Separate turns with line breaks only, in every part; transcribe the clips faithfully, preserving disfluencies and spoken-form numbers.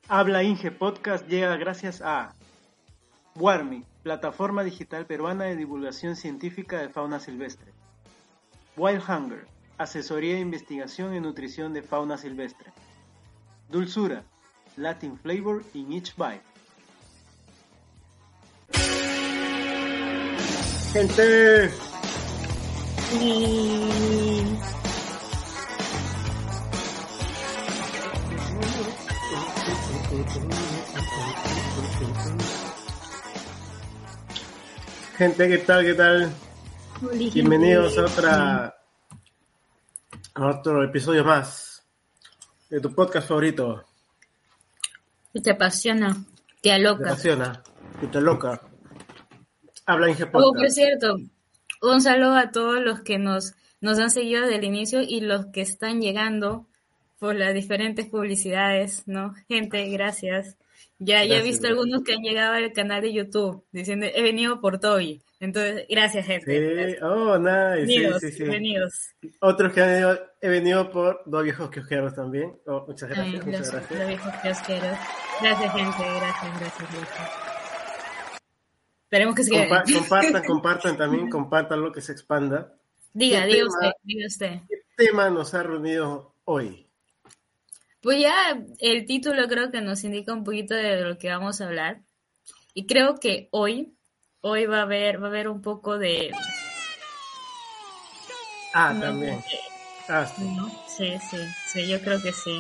Habla Inge Podcast llega gracias a Warmi, plataforma digital peruana de divulgación científica de fauna silvestre. Wild Hunger, asesoría de investigación y nutrición de fauna silvestre. Dulzura, Latin flavor in each bite. Gente,
Y...
gente, ¿qué tal? ¿Qué tal?
Oli,
Bienvenidos
gente.
a otra a otro episodio más de tu podcast favorito.
Que te apasiona, te
Te
aloca.
apasiona, que te loca. Habla Inge
Oh, por
Podcast.
cierto, un saludo a todos los que nos, nos han seguido desde el inicio y los que están llegando por las diferentes publicidades, ¿no? Gente, gracias. Ya, ya he
Gracias,
visto
gracias.
algunos que han llegado al canal de YouTube diciendo, he venido por Toby. Entonces, gracias, gente.
Sí,
Gracias.
oh, nice,
Bienvenidos,
sí, sí, sí.
bienvenidos.
Otros que han venido, he venido por dos viejos kiosqueros también. Oh, muchas
Ay,
gracias, muchas
los,
gracias.
los viejos kiosqueros. Gracias, gente. Gracias, gracias, gracias. Esperemos que se queden.
Compa- compartan, compartan también, compartan lo que se expanda.
Diga,
¿Qué
diga
tema,
usted, diga usted.
qué tema nos ha reunido hoy?
Pues ya el título creo que nos indica un poquito de lo que vamos a hablar. Y creo que hoy, hoy va a haber, va a haber un poco de...
Ah,
no,
también. Ah, sí.
no, sí, sí, sí, yo creo que sí.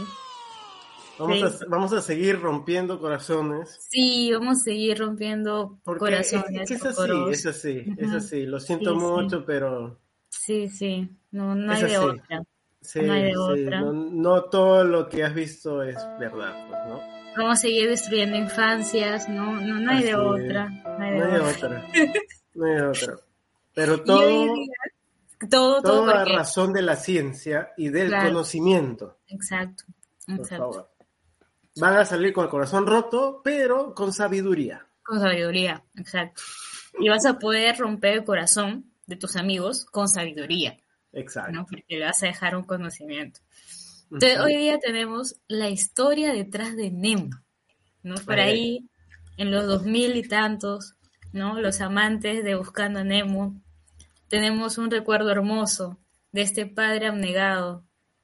Vamos,
Sí.
a, vamos a seguir rompiendo corazones.
Sí, vamos a seguir rompiendo
Porque es, es
corazones,
que es así,
cocoros.
es así, es
Ujú.
así. Lo siento
Sí, sí,
mucho, pero
sí, sí, no, no
es
hay de
así.
otra,
Sí,
no hay de
sí.
otra.
No, no todo lo que has visto es verdad, pues, ¿no?
Vamos a seguir destruyendo infancias, no, no, no hay
Así
de
es.
otra, no hay de
No hay de
otra.
otra. No hay de otra. Pero
Y hoy
todo,
día, todo, todo
todo a
porque,
razón de la ciencia y del
claro,
conocimiento,
exacto,
por
exacto.
favor. Van a salir con el corazón roto, pero con sabiduría.
Con sabiduría, exacto. Y vas a poder romper el corazón de tus amigos con sabiduría,
Exacto.
¿no? Porque le vas a dejar un conocimiento. Entonces,
Ujú.
hoy día tenemos la historia detrás de Nemo, ¿no? Por
Eh,
ahí, en los dos mil y tantos, ¿no? Los amantes de Buscando a Nemo, tenemos un recuerdo hermoso de este padre abnegado,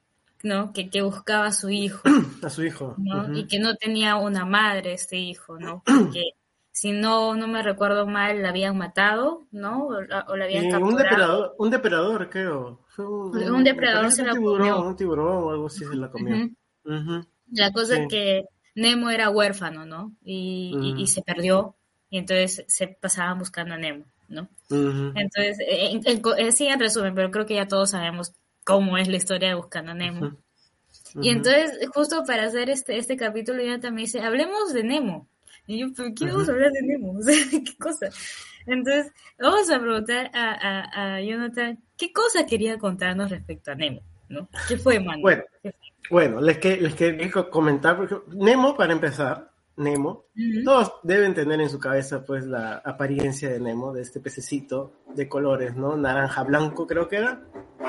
¿no? Que, que buscaba a su hijo,
a su hijo.
¿no?
Ujú.
Y que no tenía una madre este hijo, ¿no? Porque si no, no me recuerdo mal, la habían matado, ¿no? O la, o la habían
Y un
capturado.
depredador, un depredador, creo. Fue un,
Un
un- me
depredador
parece
se
que un
la
tiburón,
comió.
un tiburón o algo así se la comió.
Ujú.
Ujú.
La cosa
Sí.
es que Nemo era huérfano, ¿no? Y, y, y
Ujú.
se perdió, y entonces se pasaban buscando a Nemo, ¿no?
Ujú.
Entonces, en, en, en- sí, en resumen, pero creo que ya todos sabemos cómo es la historia de Buscando a Nemo.
Ujú.
Y
Ujú.
entonces, justo para hacer este, este capítulo, Jonathan me dice, hablemos de Nemo. Y yo, ¿pero qué vamos a
Ujú.
hablar de Nemo? O sea, ¿qué cosa? Entonces, vamos a preguntar a, a, a Jonathan, ¿qué cosa quería contarnos respecto a Nemo? ¿No? ¿Qué fue, mano?
Bueno,
¿Qué fue?
bueno, les, que, les quería comentar, porque Nemo, para empezar, Nemo,
Ujú.
todos deben tener en su cabeza pues la apariencia de Nemo, de este pececito de colores, ¿no? Naranja blanco creo que era.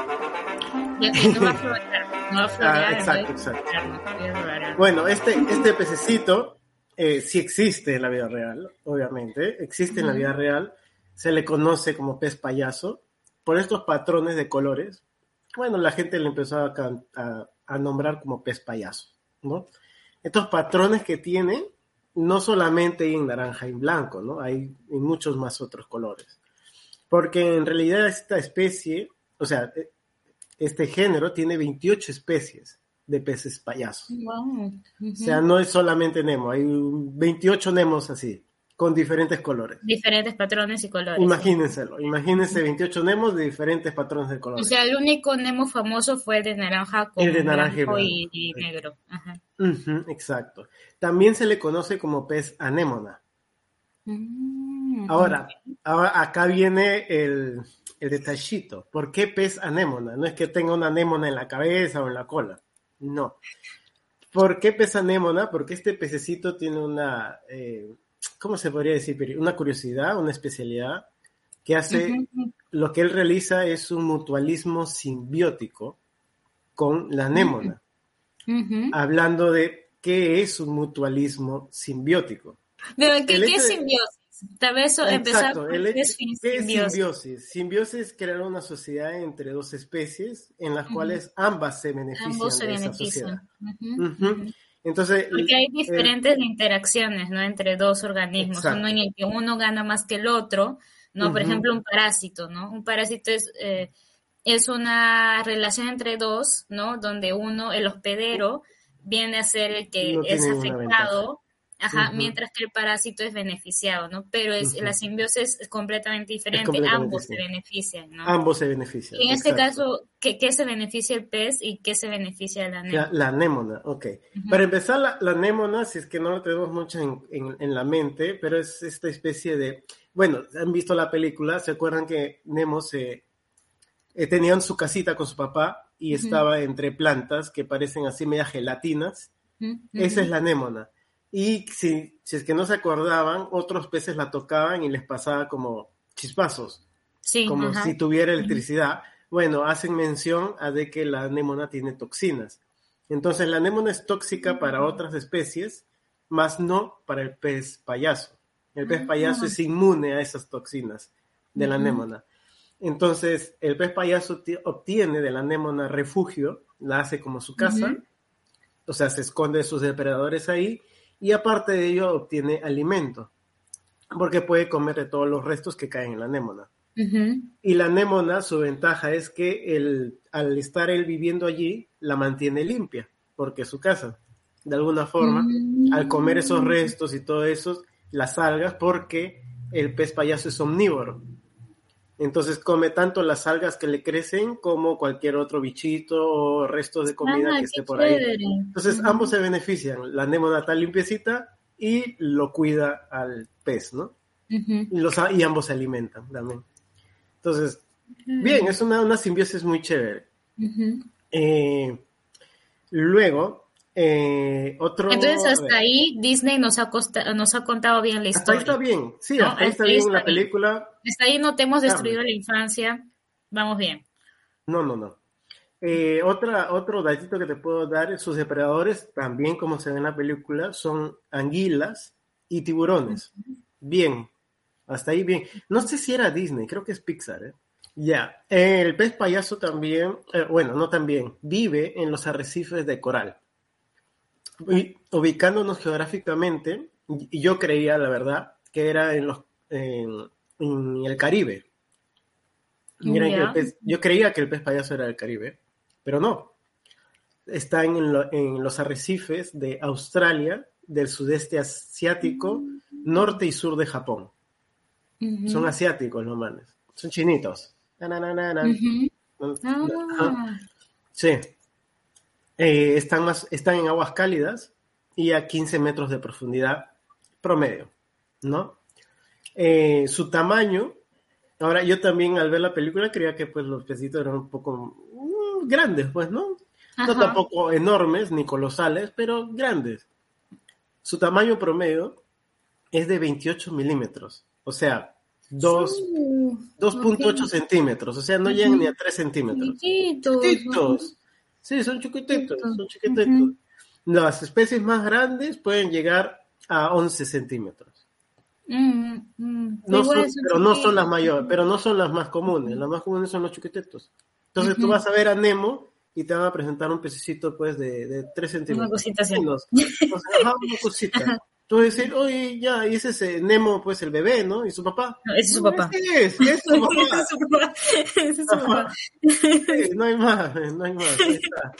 Ya, ya nos va a florear, nos va a florear
Ah,
en
exacto,
vez de
exacto.
florearnos, voy a florear.
Bueno, este, este pececito eh, sí existe en la vida real, obviamente, existe en la
Ujú.
vida real, se le conoce como pez payaso, por estos patrones de colores. Bueno, la gente le empezó a, can- a, a nombrar como pez payaso, ¿no? Estos patrones que tiene, no solamente hay en naranja y en blanco, ¿no? Hay en muchos más otros colores. Porque en realidad esta especie, o sea, e- este género tiene veintiocho especies de peces payasos.
Wow.
O sea,
Ujú.
no es solamente Nemo, hay veintiocho Nemos así, con diferentes colores.
Diferentes patrones y colores, sí.
Imagínenselo, imagínense veintiocho Nemos de diferentes patrones de
O
colores.
sea, el único Nemo famoso fue el de naranja con
El de naranja y
blanco
blanco.
y, y negro. Ajá.
Ujú, exacto. También se le conoce como pez anémona.
Mm,
Ahora, ahora acá viene el, el detallito. ¿Por qué pez anémona? No es que tenga una anémona en la cabeza o en la cola. No. ¿Por qué pez anémona? Porque este pececito tiene una, eh, ¿cómo se podría decir? Peri? Una curiosidad, una especialidad que hace,
ujú,
lo que él realiza es un mutualismo simbiótico con la anémona.
ujú.
Hablando de qué es un mutualismo simbiótico.
Pero, ¿qué,
El
¿qué
hecho
es
de-
simbiosis? Tal vez eso, empezar
Exacto,
por
el
qué
hecho,
es fin-
¿qué es
simbiosis.
simbiosis? Simbiosis es crear una sociedad entre dos especies en las
Ujú.
cuales ambas se
Ambos
benefician
se
de esa sociedad.
benefician. Ujú,
Ujú.
ujú.
Entonces,
Porque
el,
hay
el-
diferentes interacciones, ¿no? Entre dos organismos, uno en
exacto.
el que uno gana más que el otro, ¿no? Por
Ujú.
ejemplo, un parásito, ¿no? Un parásito es, eh, es una relación entre dos, ¿no? Donde uno, el hospedero, viene a ser el que
No
es
tiene ninguna ventaja.
afectado, ajá,
Ujú,
mientras que el parásito es beneficiado, ¿no? Pero es, la
ujú.
simbiosis es completamente
Es
diferente,
completamente
ambos se
distinto.
benefician, ¿no?
Ambos se benefician,
Y en este
exacto.
caso, ¿qué, ¿qué se beneficia el pez y qué se beneficia la
La,
anémona?
la anémona, ok.
Ujú,
Para empezar, la, la anémona, si es que no lo tenemos mucho en, en- en la mente, pero es esta especie de... Bueno, han visto la película, ¿se acuerdan que Nemo se, eh, tenían su casita con su papá y
ujú,
estaba entre plantas que parecen así media gelatinas?
ujú,
Esa es
ujú.
la anémona. Y si, si es que no se acordaban, otros peces la tocaban y les pasaba como chispazos,
Sí,
como
ajá.
si tuviera
Ujú,
electricidad. Bueno, hacen mención a de que la anémona tiene toxinas. Entonces, la anémona es tóxica para otras especies, más no para el pez payaso. El pez payaso
ah,
es inmune a esas toxinas de la
ujú,
anémona. Entonces, el pez payaso ti- obtiene de la anémona refugio, la hace como su casa,
ujú,
o sea, se esconde de sus depredadores ahí, y aparte de ello obtiene alimento, porque puede comer de todos los restos que caen en la anémona.
ujú.
Y la anémona, su ventaja es que el, al estar él viviendo allí, la mantiene limpia, porque es su casa. De alguna forma, al comer esos
Mm,
restos y todo eso, las algas, porque el pez payaso es omnívoro. Entonces come tanto las algas que le crecen como cualquier otro bichito o restos de comida
ah,
que
qué
esté por ahí.
chévere.
Entonces ambos
Ujú,
se benefician. La anémona está limpiecita y lo cuida al pez, ¿no?
ujú,
Y, los, y ambos se alimentan también. Entonces, bien,
chévere.
es una, una simbiosis muy chévere.
Ujú.
Eh, luego, eh,
Entonces,
otro, a
hasta
ver,
ahí Disney nos ha, costa- nos ha contado bien la
hasta ahí está
historia,
bien, sí,
¿no?
hasta ahí está
Hasta ahí
bien
está
la
bien.
película,
Hasta ahí no te hemos
Carmen.
destruido la infancia. Vamos bien.
No, no, no. Eh, otra, otro datito que te puedo dar, sus depredadores, también como se ve en la película, son anguilas y tiburones. Bien, hasta ahí bien. No sé si era Disney, creo que es Pixar, ¿eh? Ya, eh, el pez payaso también, eh, bueno, no también, vive en los arrecifes de coral. Y ubicándonos geográficamente, y yo creía, la verdad, que era en, los, en, en el Caribe. Miren que el
Ya.
pez, yo creía que el pez payaso era del Caribe, pero no. Están en, lo, en los arrecifes de Australia, del sudeste asiático, norte y sur de Japón. Son
Ujú,
asiáticos los manes, son chinitos. Nananananan.
ujú.
Ajá.
Ah,
Sí, eh, están, más, están en aguas cálidas y a quince metros de profundidad promedio, ¿no? Eh, su tamaño, ahora yo también al ver la película creía que pues los pecitos eran un poco mm, grandes, pues, ¿no? No
ajá.
tampoco enormes ni colosales, pero grandes. Su tamaño promedio es de veintiocho milímetros, o sea, dos
Uh,
dos
ok.
punto ocho centímetros, o sea, no llegan ni a
Ujú.
tres centímetros.
Chiquititos. Ujú.
Chiquititos. Sí, son chiquititos,
Chiquitos.
son chiquititos.
Ujú.
Las especies más grandes pueden llegar a once centímetros.
Mm, mm.
No
Igual
son,
son
pero no son las
chiquitos.
mayores,
Ujú.
pero no son las más comunes. Las más comunes son los chiquititos. Entonces tú
Ujú.
vas a ver a Nemo y te van a presentar un pececito pues de, de tres
Una
centímetros.
cosita así.
Menos. Entonces, ajá, una cosita. Tú vas a decir, oye, ya, y ese es eh, Nemo, pues el bebé, ¿no? Y su papá.
No, ese es su
No,
papá.
ese es, ese es su
Ese
papá.
es su papá. Ese es su papá.
Ajá. Sí, no hay más, no hay más, ahí está.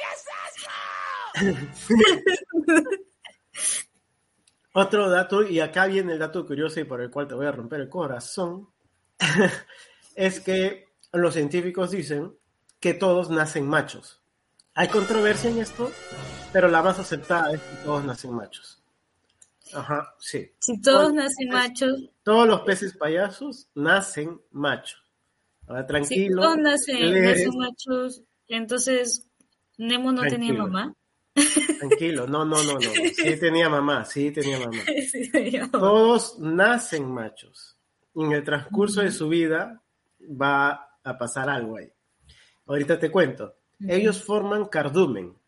Otro dato, y acá viene el dato curioso y por el cual te voy a romper el corazón, es que los científicos dicen que todos nacen machos. Hay controversia en esto, pero la más aceptada es que todos nacen machos. Ajá, sí.
Si
Todos
todos
los
nacen
peces,
machos,
todos los peces payasos nacen machos. Ahora,
si todos
tranquilo,
nacen, nacen
leeres,
machos, entonces Nemo no tenía
tranquilo,
mamá.
tranquilo. No, no, no, no, no. Sí tenía mamá, sí tenía mamá.
Sí, tenía mamá.
Todos nacen machos. Y en el transcurso de
Ujú,
su vida va a pasar algo ahí. Ahorita te cuento.
ujú,
Ellos forman cardumen.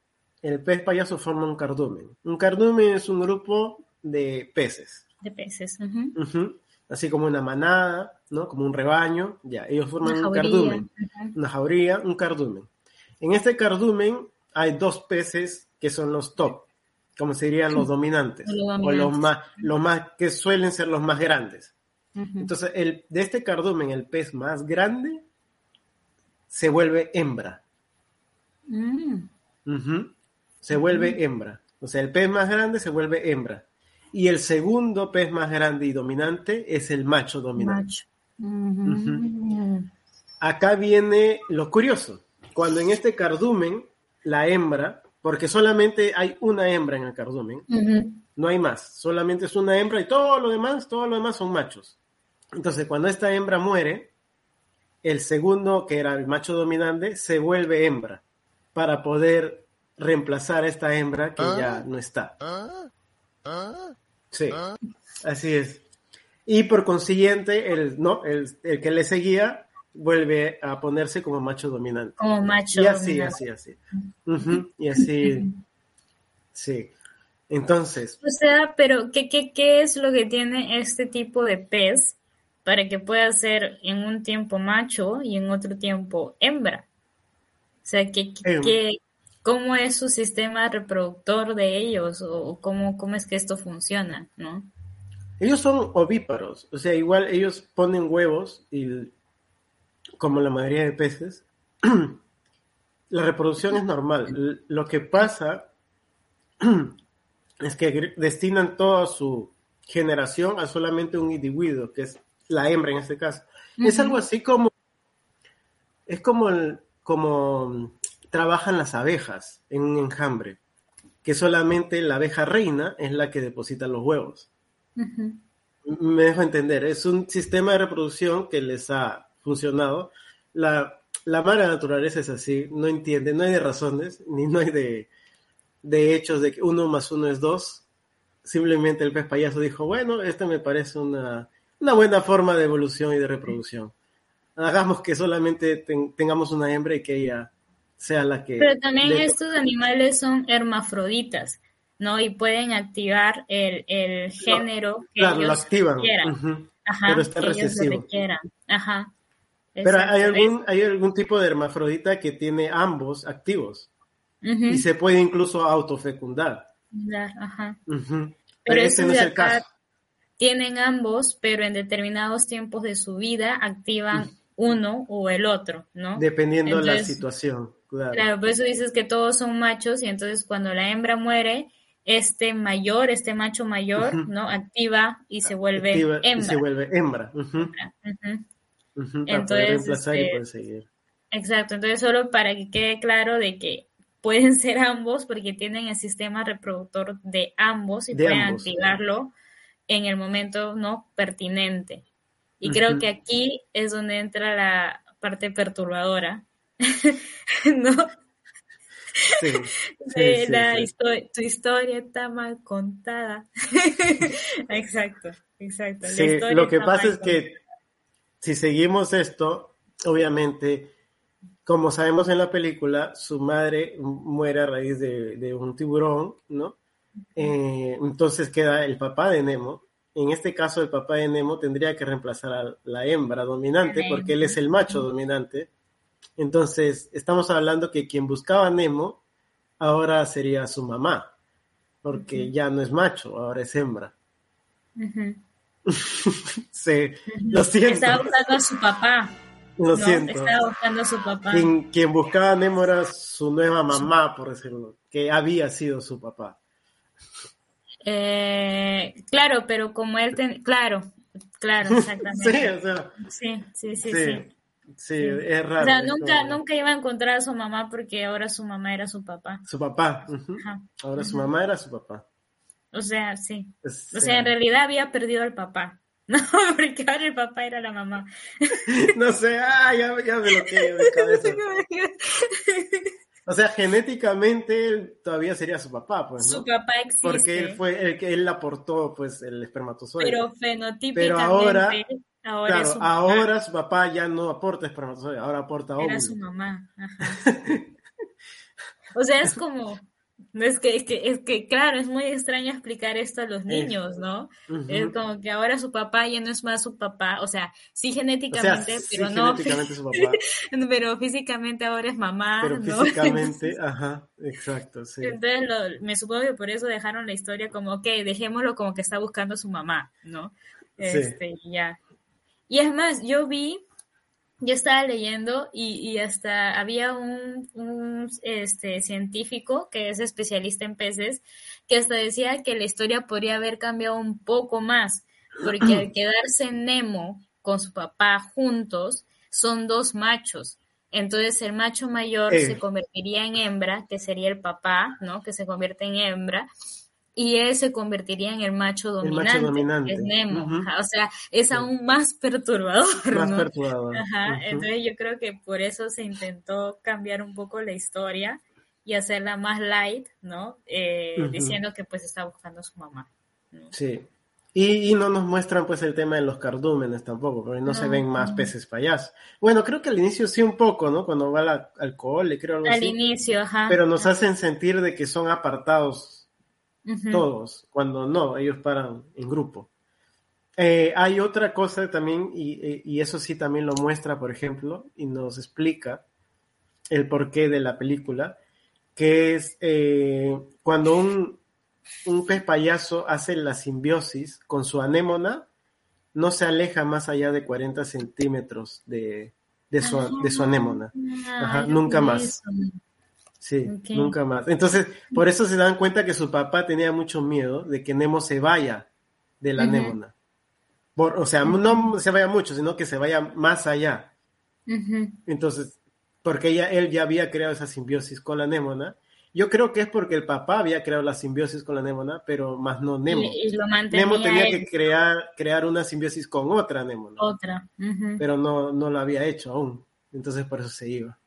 el pez payaso forma un cardumen. Un cardumen es un grupo de peces.
De peces. Uh-huh.
Uh-huh. Así como una manada, ¿no? Como un rebaño. Ya, ellos forman
Una
un
jauría.
cardumen.
Uh-huh.
Una jauría, un cardumen. En este cardumen hay dos peces que son los top, como serían los dominantes,
Los
o
dominantes.
los más, los más, que suelen ser los más grandes.
Uh-huh.
Entonces, el, de este cardumen, el pez más grande se vuelve hembra.
Mm.
Uh-huh. Se vuelve hembra. O sea, el pez más grande se vuelve hembra. Y el segundo pez más grande y dominante es el macho dominante.
Macho. Uh-huh.
Uh-huh. Acá viene lo curioso. Cuando en este cardumen, la hembra, porque solamente hay una hembra en el cardumen,
Uh-huh.
no hay más, solamente es una hembra y todo lo demás, todo lo demás son machos. Entonces, cuando esta hembra muere, el segundo, que era el macho dominante, se vuelve hembra para poder reemplazar a esta hembra que ¿Ah? ya no está. ¿Ah? ¿Ah? Sí, ¿Ah? Así es. Y por consiguiente, el, no, el, el que le seguía vuelve a ponerse como macho dominante.
Como macho
y así,
dominante.
así, así. Uh-huh. Y así, sí. Entonces.
O sea, pero ¿qué, qué, ¿qué es lo que tiene este tipo de pez para que pueda ser en un tiempo macho y en otro tiempo hembra? O sea, ¿qué, qué, qué, ¿cómo es su sistema reproductor de ellos? ¿O cómo, cómo es que esto funciona, no?
Ellos son ovíparos, o sea, igual ellos ponen huevos y como la mayoría de peces, la reproducción es normal. Lo que pasa es que destinan toda su generación a solamente un individuo, que es la hembra en este caso. Uh-huh. Es algo así como, es como, el, como trabajan las abejas en un enjambre, que solamente la abeja reina es la que deposita los huevos.
Uh-huh.
Me dejo entender, es un sistema de reproducción que les ha funcionado. La, la madre naturaleza es así, no entiende, no hay de razones, ni no hay de, de hechos de que uno más uno es dos. Simplemente el pez payaso dijo, bueno, esta me parece una, una buena forma de evolución y de reproducción. Hagamos que solamente ten, tengamos una hembra y que ella sea la que...
Pero también
de...
estos animales son hermafroditas, ¿no? Y pueden activar el, el género
no,
que
claro,
ellos
lo activan.
quieran.
Uh-huh.
Ajá,
pero está
que
recesivo.
ellos lo requieran. Ajá.
Pero hay algún, hay algún tipo de hermafrodita que tiene ambos activos. Uh-huh. Y se puede incluso autofecundar.
Ajá.
Uh-huh. Pero,
pero
ese no es el caso.
Tienen ambos, pero en determinados tiempos de su vida activan uh-huh. uno o el otro, ¿no?
Dependiendo de la situación. Claro.
Claro, por eso dices que todos son machos y entonces cuando la hembra muere, este mayor, este macho mayor, uh-huh. ¿no? Activa y se vuelve
Activa
hembra.
Y se vuelve hembra. Uh-huh.
Uh-huh.
Uh-huh, para entonces, poder reemplazar este, y poder seguir.
Exacto, entonces solo para que quede claro de que pueden ser ambos porque tienen el sistema reproductor de ambos y
de
pueden
ambos.
activarlo en el momento no pertinente. Y uh-huh. creo que aquí es donde entra la parte perturbadora, ¿no?
Sí,
de
sí,
la
sí,
histo- tu historia está mal contada. Exacto, exacto.
Sí,
la historia
lo que
está
pasa
mal
es que si seguimos esto, obviamente, como sabemos en la película, su madre muere a raíz de, de un tiburón, ¿no? Eh, entonces queda el papá de Nemo. En este caso, el papá de Nemo tendría que reemplazar a la hembra dominante, porque él es el macho dominante. Entonces, estamos hablando que quien buscaba a Nemo ahora sería su mamá, porque uh-huh. ya no es macho, ahora es hembra.
Uh-huh.
Sí, uh-huh. Lo siento.
Estaba buscando a su papá.
Lo
no,
siento.
Estaba buscando a su papá.
Quien, quien buscaba a Nemo era su nueva mamá, por decirlo, que había sido su papá.
Eh, claro, pero como él, ten... claro, claro, exactamente.
Sí, o sea.
Sí, sí, sí,
sí.
sí.
Sí, sí, es raro.
O sea, nunca,
como...
nunca iba a encontrar a su mamá porque ahora su mamá era su papá.
Su papá. Uh-huh. Ahora uh-huh. su mamá era su papá.
O sea, sí.
Es,
o sea, en realidad había perdido al papá. No, porque ahora el papá era la mamá.
No sé, ah, ya, ya me lo quedé de cabeza. O sea, genéticamente él todavía sería su papá, pues, ¿no?
Su papá existe.
Porque él fue el que él aportó, pues, el espermatozoide.
Pero fenotípicamente,
Pero ahora,
ahora
claro,
es su mamá.
ahora su papá ya no aporta espermatozoide, ahora aporta óvulo.
Era su mamá, ajá. O sea, es como, No es que, es que, es que, claro, es muy extraño explicar esto a los
Es,
niños, ¿no? Es
ujú.
como que ahora su papá ya no es más su papá, o sea, sí
O sea,
genéticamente,
sí
pero no, fí-
genéticamente su papá,
pero físicamente ahora es mamá,
pero
¿no?
físicamente,
Entonces,
ajá, exacto, sí,
entonces lo- me supongo que por eso dejaron la historia como, ok, dejémoslo como que está buscando a su mamá, ¿no?
sí.
Este, y ya. Y es más, yo vi, yo estaba leyendo y, y hasta había un, un, este, científico que es especialista en peces que hasta decía que la historia podría haber cambiado un poco más, porque al quedarse Nemo con su papá juntos, son dos machos. Entonces el macho mayor se
Eh,
convertiría en hembra, que sería el papá, ¿no? Que se convierte en hembra, y él se convertiría en el macho
el macho
dominante, que es
dominante,
Nemo.
ujú,
Ajá, o sea, es
sí,
aún más perturbador,
más
¿no?
perturbador,
Ajá,
ujú,
entonces yo creo que por eso se intentó cambiar un poco la historia y hacerla más light, ¿no? Eh,
ujú,
diciendo que pues está buscando a su mamá, ¿no?
sí. Y, y no nos muestran pues el tema de los cardúmenes tampoco, porque no se ven
No,
más
no.
peces payasos. Bueno, creo que al inicio sí un poco, ¿no? Cuando va la- al cole, creo algo
Al
así,
inicio, ajá.
pero nos
Ajá.
hacen sentir de que son apartados
Ujú.
todos, cuando no, ellos paran en grupo. Eh, hay otra cosa también, y, y eso sí también lo muestra, por ejemplo, y nos explica el porqué de la película, que es eh, cuando un, un pez payaso hace la simbiosis con su anémona, no se aleja más allá de cuarenta centímetros de, de, su, de su anémona.
Ah,
Ajá,
era por
nunca más.
eso.
Sí,
Okay.
nunca más. Entonces, por eso se dan cuenta que su papá tenía mucho miedo de que Nemo se vaya de la
Ujú,
anémona. Por, o sea,
ujú,
no se vaya mucho, sino que se vaya más allá.
ujú.
Entonces, porque ella, él ya había creado esa simbiosis con la anémona. Yo creo que es porque el papá había creado la simbiosis con la anémona, pero más no
Y,
Nemo.
y lo
Nemo
mantenía
tenía que
él,
crear, crear una simbiosis con otra anémona,
otra. Ujú.
pero no, no lo había hecho aún. Entonces por eso se iba.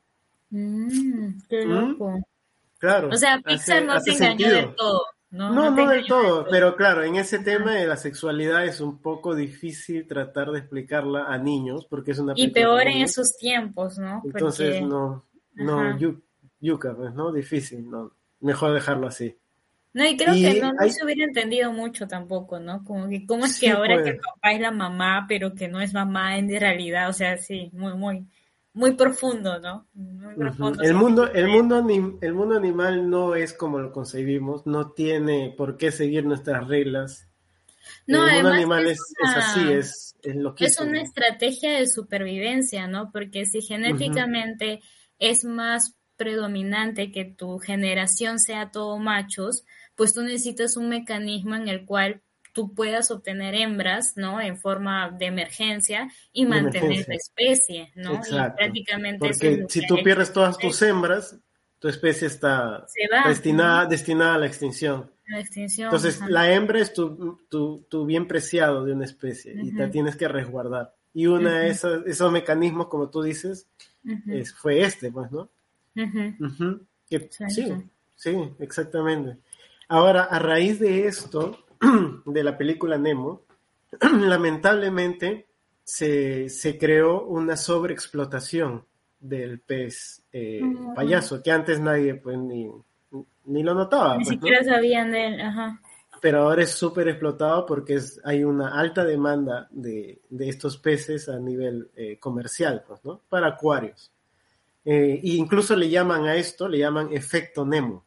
Mm, qué
¿Mm?
loco. O
Claro,
sea, Pixar
hace,
no te
hace
engañó del
sentido.
todo, no,
No,
no te
no del
engañó del
todo,
todo.
pero claro, en ese
Ajá.
tema de la sexualidad es un poco difícil tratar de explicarla a niños, porque es una
Y
película para
peor en
niños.
esos tiempos, ¿no?
Entonces,
Porque,
no, no,
ajá.
yu- yuca, pues, ¿no? Difícil, no. Mejor dejarlo así.
No, y creo que no,
Y
no
hay,
se hubiera entendido mucho tampoco, ¿no? Como que, ¿cómo es que
sí,
ahora que
pues,
el papá es la mamá, pero que no es mamá en realidad? O sea, sí, muy, muy, muy profundo, ¿no? Muy
ujú.
profundo
El mundo, el
científicamente.
mundo, anim- el mundo animal no es como lo concebimos, no tiene por qué seguir nuestras reglas.
No,
El mundo
además que
animal
es
es, es así,
una,
es, es
es una
loquísimo.
estrategia de supervivencia, ¿no? Porque si
Ujú,
genéticamente es más predominante que tu generación sea todo machos, pues tú necesitas un mecanismo en el cual tú puedas obtener hembras, ¿no? En forma de emergencia y
de
mantener la
emergencia,
especie, ¿no? Y
exacto.
prácticamente eso es
Porque
lo
si
que ha
tú
hecho
pierdes
esta
todas tus
especie.
hembras, tu especie está
Se va, ¿no?
destinada, destinada a la extinción.
La extinción,
Entonces,
ajá.
la hembra es tu, tu, tu bien preciado de una especie y te
Ujú,
tienes que resguardar. Y uno de
ujú,
esos, esos mecanismos, como tú dices,
ujú,
es, fue este, pues, ¿no?
ujú.
Ujú. Que, sí,
Exacto.
sí, exactamente. Ahora, a raíz de esto, de la película Nemo, lamentablemente se, se creó una sobreexplotación del pez eh,
Mm.
payaso, que antes nadie pues ni, ni lo notaba,
Ni
pues, ¿no?
siquiera sabían de él, ajá.
Pero ahora es súper explotado porque es, hay una alta demanda de, de estos peces a nivel eh, comercial, pues, ¿no? Para acuarios. Eh, e incluso le llaman a esto, le llaman efecto Nemo.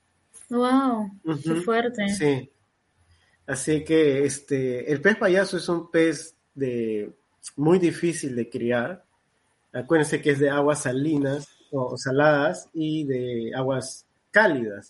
Wow, qué
Ujú,
fuerte.
sí, así que este, el pez payaso es un pez de, muy difícil de criar. Acuérdense que es de aguas salinas o, o saladas y de aguas cálidas.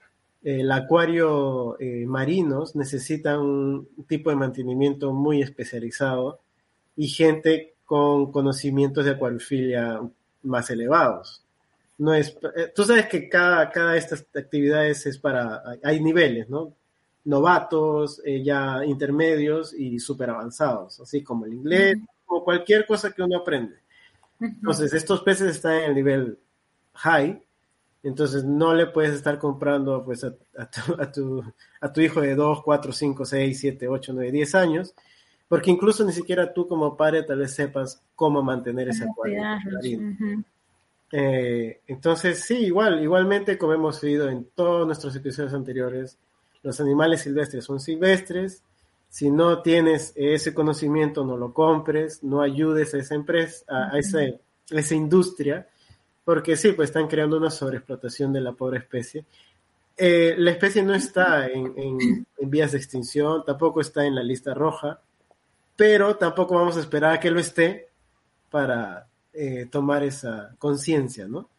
El acuario eh, marinos necesitan un tipo de mantenimiento muy especializado y gente con conocimientos de acuariofilia más elevados. No es, eh, tú sabes que cada, cada de estas actividades es para, hay, hay niveles, ¿no? Novatos, eh, ya intermedios y súper avanzados, así como el inglés
Ujú,
o cualquier cosa que uno aprende.
ujú.
Entonces, estos peces están en el nivel high, entonces no le puedes estar comprando pues a, a, tu, a, tu, a tu hijo de dos cuatro cinco seis siete ocho nueve diez años, porque incluso ni siquiera tú como padre tal vez sepas cómo mantener ese
¿Cómo
acuario
cuidarlos?
marino.
Ujú.
Eh, entonces, sí, igual, igualmente como hemos oído en todos nuestros episodios anteriores, los animales silvestres son silvestres. Si no tienes ese conocimiento, no lo compres, no ayudes a esa empresa, a, a esa, a esa industria, porque sí, pues están creando una sobreexplotación de la pobre especie. Eh, la especie no está en, en, en vías de extinción, tampoco está en la lista roja, pero tampoco vamos a esperar a que lo esté para eh, tomar esa conciencia, ¿no?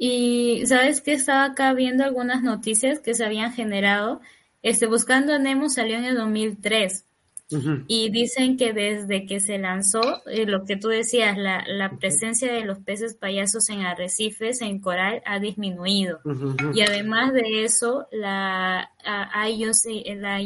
Y sabes que estaba acá viendo algunas noticias que se habían generado. Este, Buscando a Nemo salió en el dos mil tres
Uh-huh.
y dicen que desde que se lanzó, eh, lo que tú decías, la, la
Uh-huh.
presencia de los peces payasos en arrecifes, en coral, ha disminuido.
Uh-huh.
Y además de eso, la, a, I U C, la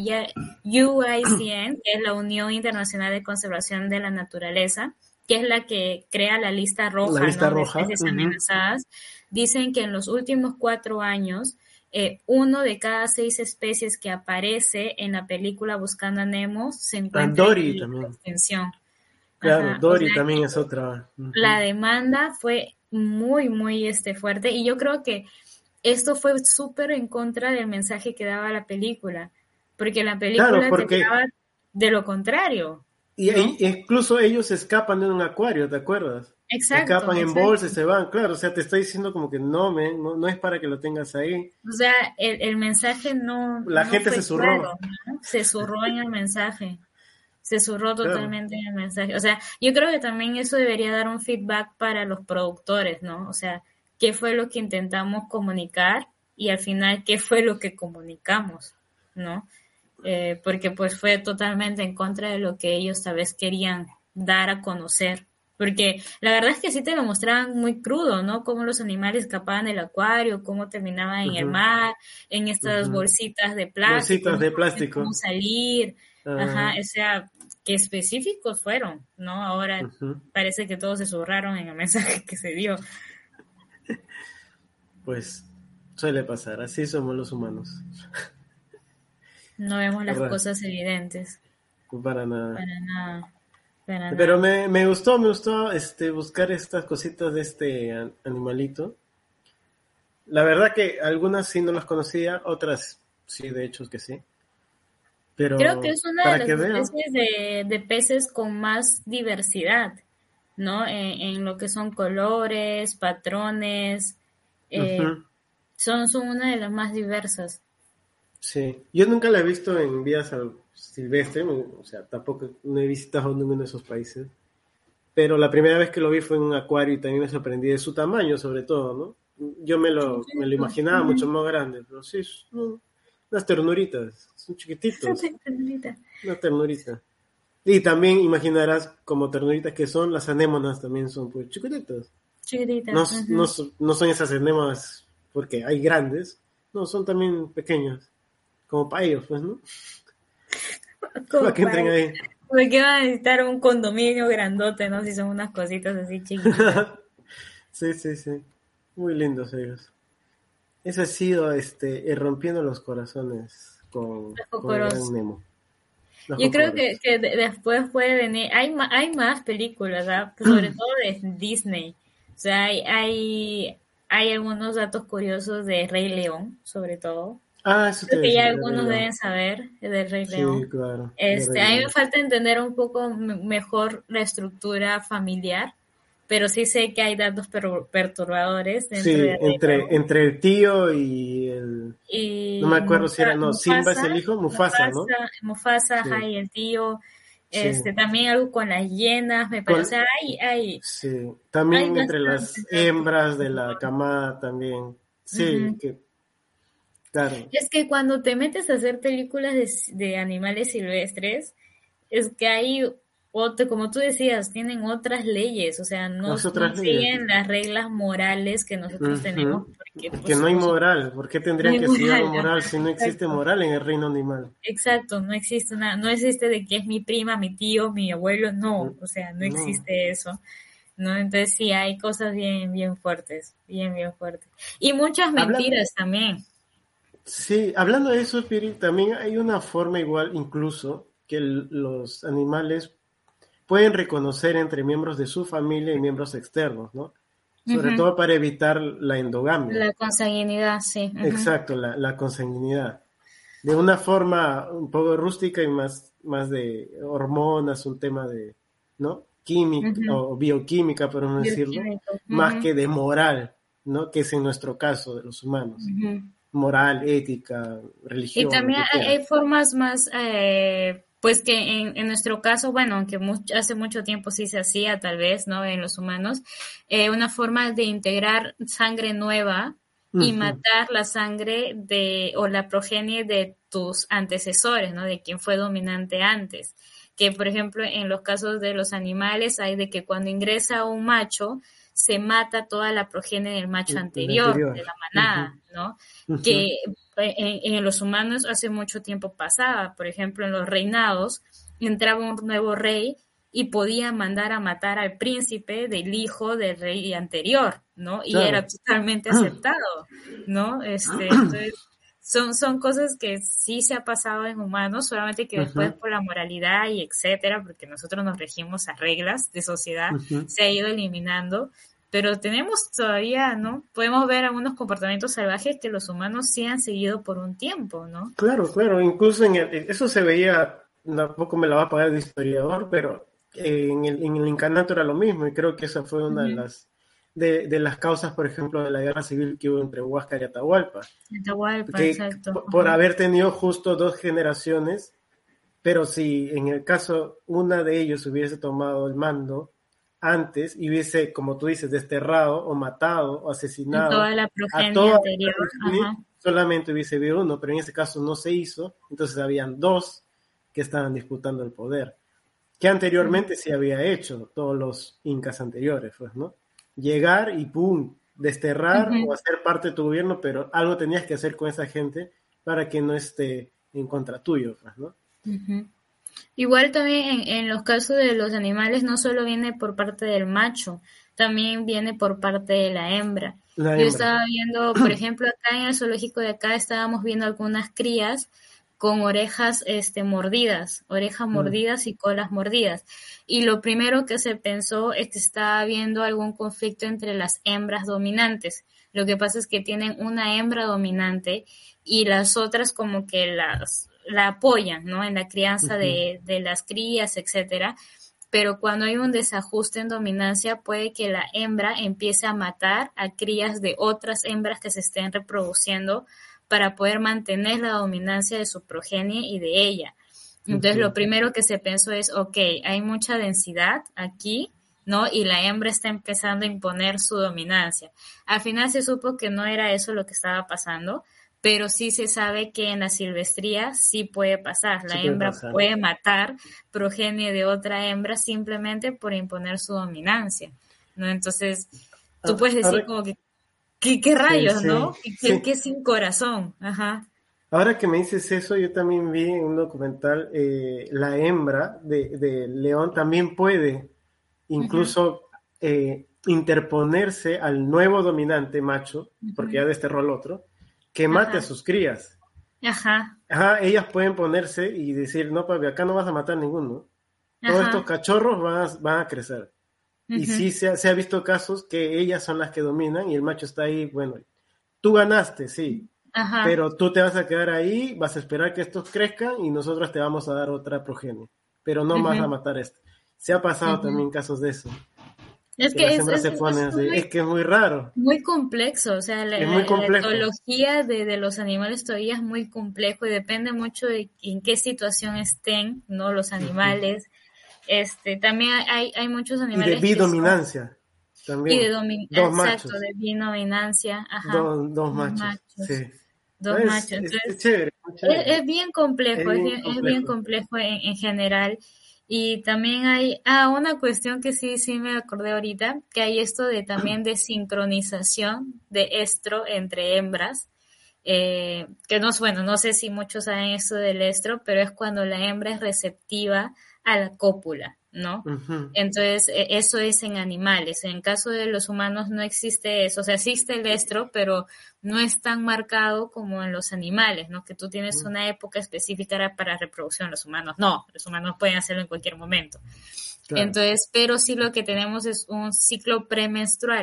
U I C N, que es la Unión Internacional de Conservación de la Naturaleza, que es la que crea la lista roja,
La lista
¿no?, de
roja.
especies
Uh-huh.
amenazadas, dicen que en los últimos cuatro años, eh, uno de cada seis especies que aparece en la película Buscando a Nemo se encuentra en
Dory
peligro de
también.
extinción.
Claro,
Ajá. O
Dory
sea
también es
que
otra. Uh-huh.
la demanda fue muy, muy este, fuerte, y yo creo que esto fue súper en contra del mensaje que daba la película, porque la
Claro,
película te
porque
daba de lo contrario,
y, e-
¿no?
incluso ellos escapan de un acuario, ¿te acuerdas?
Exacto,
Escapan en bolsa y
exacto.
se van, claro, o sea, te está diciendo como que no, men, no, no es para que lo tengas ahí.
O sea, el, el mensaje no,
La
no
gente se
fue claro,
zurró,
¿no? Se zurró en el mensaje. Se zurró
claro.
totalmente en el mensaje. O sea, yo creo que también eso debería dar un feedback para los productores, ¿no? O sea, ¿qué fue lo que intentamos comunicar y al final qué fue lo que comunicamos, ¿no? Eh, porque pues fue totalmente en contra de lo que ellos tal vez querían dar a conocer. Porque la verdad es que sí te lo mostraban muy crudo, ¿no? Cómo los animales escapaban del acuario, cómo terminaban en el
Uh-huh.
mar, en estas
Uh-huh.
bolsitas de plástico,
Bolsitas
no
de
sabían cómo
plástico.
salir. Ajá,
Uh,
o sea, qué específicos fueron, ¿no? Ahora
uh-huh.
parece que todos se zurraron en el mensaje que se dio.
Pues suele pasar, así somos los humanos.
No vemos las
¿Verdad?
cosas evidentes,
Para nada.
para nada, para
Pero
nada.
me, me gustó, me gustó este, buscar estas cositas de este an- animalito. La verdad que algunas sí no las conocía, otras sí, de hecho que sí.
Creo que
Pero
es una de
para
las
que vean.
especies de, de peces con más diversidad, ¿no? En, en lo que son colores, patrones, eh,
Ujú,
son, son una de las más diversas.
sí, yo nunca la he visto en vida sal- silvestre, no- o sea, tampoco no he visitado ninguno de esos países. Pero la primera vez que lo vi fue en un acuario y también me sorprendí de su tamaño, sobre todo, ¿no? Yo me lo, me lo
Chiquitito.
imaginaba mucho
Ujú.
más grande, pero sí, es un- unas ternuritas, son chiquititos,
Ternurita.
una ternurita. Y también imaginarás como ternuritas que son, las anémonas también son pues chiquititas. No,
Chiquitita.
no,
Ujú.
no son esas anémonas porque hay grandes, no, son también pequeñas, como para ellos, pues, ¿no? Para
Como
que
para
entren ahí.
porque van a necesitar un condominio grandote, ¿no? Si son unas cositas así chiquititas.
Sí, sí, sí. Muy lindos ellos. Ese ha sido este, eh, rompiendo los corazones con,
Los
con el gran
cocoros.
Nemo. Los
Yo creo que,
cocoros.
que de- después puede venir, hay, ma- hay más películas, ¿ah? Sobre todo de Disney. O sea, hay, hay, hay algunos datos curiosos de Rey León, sobre todo.
Ah, eso te
Creo
iba a
que ya
decir, de Rey
algunos
León.
deben saber del Rey
Sí,
León.
claro, de
Este,
Rey
a mí me
León.
falta entender un poco m- mejor la estructura familiar, pero sí sé que hay datos per- perturbadores dentro de
Sí,
Rey
entre,
León.
entre el tío y el... No me
Y
acuerdo si era...
Mufa-
No, Simba es
Mufasa,
el hijo, Mufasa, ¿no?
Mufasa, Mufasa, ajá,
Sí,
y el tío,
sí.
este, también algo con las hienas, me parece, o
Con,
sea, hay, hay,
sí.
hay
También entre las
bastantes datos.
hembras de la camada también. Sí,
Ujú.
que, claro.
Es que cuando te metes a hacer películas de, de animales silvestres, es que hay otro, como tú decías, tienen otras leyes, o sea, no,
Las
no
otras leyes.
siguen las reglas morales que nosotros tenemos,
Ujú.
porque
Que
pues
no hay
nosotros
moral. ¿Por qué
no
tendrían
hay
que seguir algo
moral,
moral
ajá,
si no existe
exacto.
moral en el reino animal?
Exacto, no existe una, no existe de que es mi prima, mi tío, mi abuelo, no, o sea, no
No.
existe eso, ¿no? Entonces sí, hay cosas bien, bien fuertes, bien, bien fuertes. Y muchas
Hablan,
mentiras también.
sí, hablando de eso, Piri, también hay una forma igual, incluso, que el- los animales pueden reconocer entre miembros de su familia y miembros externos, ¿no? sobre
Ujú.
todo para evitar la endogamia.
La consanguinidad, sí. Ujú.
Exacto, la, la consanguinidad. De una forma un poco rústica y más, más de hormonas, un tema de, ¿no? Química
Ujú.
o bioquímica, podemos decirlo,
Bioquímico.
más
Ujú.
que de moral, ¿no? Que es en nuestro caso de los humanos.
Ujú.
Moral, ética,
Y
religión, lo
también
que
hay,
quieras.
hay formas más, eh, pues que en, en nuestro caso, bueno, aunque much- hace mucho tiempo sí se hacía, tal vez, ¿no? En los humanos, eh, una forma de integrar sangre nueva y
Ujú,
matar la sangre de, o la progenie de tus antecesores, ¿no? De quien fue dominante antes. Que, por ejemplo, en los casos de los animales hay de que cuando ingresa un macho, se mata toda la progenie del macho
el
anterior,
anterior.
de la
Ujú,
manada, ¿no?
ujú.
Que en, en los humanos hace mucho tiempo pasaba. Por ejemplo, en los reinados entraba un nuevo rey y podía mandar a matar al príncipe del hijo del rey anterior, ¿no? Y era
Claro.
totalmente aceptado, ¿no? Este, entonces, son, son cosas que sí se ha pasado en humanos, solamente que después
Ujú,
por la moralidad y etcétera, porque nosotros nos regimos a reglas de sociedad,
ujú.
se ha ido eliminando, pero tenemos todavía, ¿no? Podemos ver algunos comportamientos salvajes que los humanos sí han seguido por un tiempo, ¿no?
Claro, claro, incluso en el, eso se veía, tampoco me la va a pagar de historiador, pero eh, en el, en el incanato era lo mismo y creo que esa fue una de
Ujú.
las de, de las causas, por ejemplo, de la guerra civil que hubo entre Huáscar y Atahualpa,
Atahualpa,
que
exacto.
p- por
Ajá.
haber tenido justo dos generaciones, pero si en el caso una de ellos hubiese tomado el mando antes y hubiese, como tú dices, desterrado o matado o asesinado
Toda la
a
progenie
toda
anterior,
la progenie,
ajá.
solamente hubiese habido uno, pero en ese caso no se hizo, entonces habían dos que estaban disputando el poder, que
Ujú.
anteriormente sí había hecho todos los incas anteriores, pues, ¿no? Llegar y pum, desterrar o
Ujú.
hacer parte de tu gobierno, pero algo tenías que hacer con esa gente para que no esté en contra tuyo, pues, ¿no?
Ujú. Igual también en, en los casos de los animales no solo viene por parte del macho, también viene por parte de la hembra.
La
Yo
hembra.
estaba viendo, por ejemplo, acá en el zoológico de acá estábamos viendo algunas crías con orejas este, mordidas, orejas
Mm,
mordidas y colas mordidas. Y lo primero que se pensó es que estaba habiendo algún conflicto entre las hembras dominantes. Lo que pasa es que tienen una hembra dominante y las otras como que las la apoyan, ¿no? En la crianza
ujú,
de, de las crías, etcétera. Pero cuando hay un desajuste en dominancia, puede que la hembra empiece a matar a crías de otras hembras que se estén reproduciendo para poder mantener la dominancia de su progenie y de ella. Entonces, lo
ujú.
primero que se pensó es, ok, hay mucha densidad aquí, ¿no? Y la hembra está empezando a imponer su dominancia. Al final se supo que no era eso lo que estaba pasando, pero sí se sabe que en la silvestría sí puede pasar.
Sí
La
puede
hembra
pasar.
puede matar progenie de otra hembra simplemente por imponer su dominancia, ¿no? Entonces, tú
Ah,
puedes decir
ahora,
como que, ¿qué, qué
sí,
rayos,
sí,
no? ¿Qué, qué,
sí.
qué sin corazón? Ajá.
Ahora que me dices eso, yo también vi en un documental, eh, la hembra de, de león también puede
Ujú,
incluso eh, interponerse al nuevo dominante macho, porque
ujú,
ya desterró al otro, que mate a
ajá,
sus crías.
ajá,
Ajá, ellas pueden ponerse y decir, no, papi, acá no vas a matar ninguno. Todos estos
ajá,
cachorros van a, van a crecer. Y
ujú,
sí se ha, se ha visto casos que ellas son las que dominan y el macho está ahí, bueno, tú ganaste, sí,
ajá,
pero tú te vas a quedar ahí, vas a esperar que estos crezcan y nosotros te vamos a dar otra progenie, pero no vas a
ujú,
matar esto. Se ha pasado
ujú.
también casos de eso,
Es
que
que
las
es,
hembras
es,
se ponen
es
así,
muy,
es que es muy raro,
muy complejo, o sea, la,
es
la,
muy
la
complejo.
etología de, de los animales todavía es muy complejo y depende mucho de en qué situación estén, ¿no? Los
Ujú.
animales. Este, también hay, hay muchos
Y de
animales que son,
bidominancia
y de
también,
domin,
dos
exacto,
machos,
de binominancia, ajá,
dos, dos
dos
machos, sí.
machos, dos
Es,
machos.
es, es
Entonces,
chévere, muy
es,
chévere,
es bien
es
complejo, es
bien
bien, es bien
complejo.
complejo en, en general. Y también hay, ah, una cuestión que sí, sí me acordé ahorita, que hay esto de también de sincronización de estro entre hembras, eh, que no es bueno, no sé si muchos saben esto del estro, pero es cuando la hembra es receptiva a la cópula, ¿no?
Ujú,
Entonces, e- eso es en animales. En caso de los humanos no existe eso. O sea, existe el estro, pero no es tan marcado como en los animales, ¿no? Que tú tienes
ujú,
una época específica para reproducción. Los humanos no. Los humanos pueden hacerlo en cualquier momento.
claro.
Entonces, pero sí lo que tenemos es un ciclo premenstrual.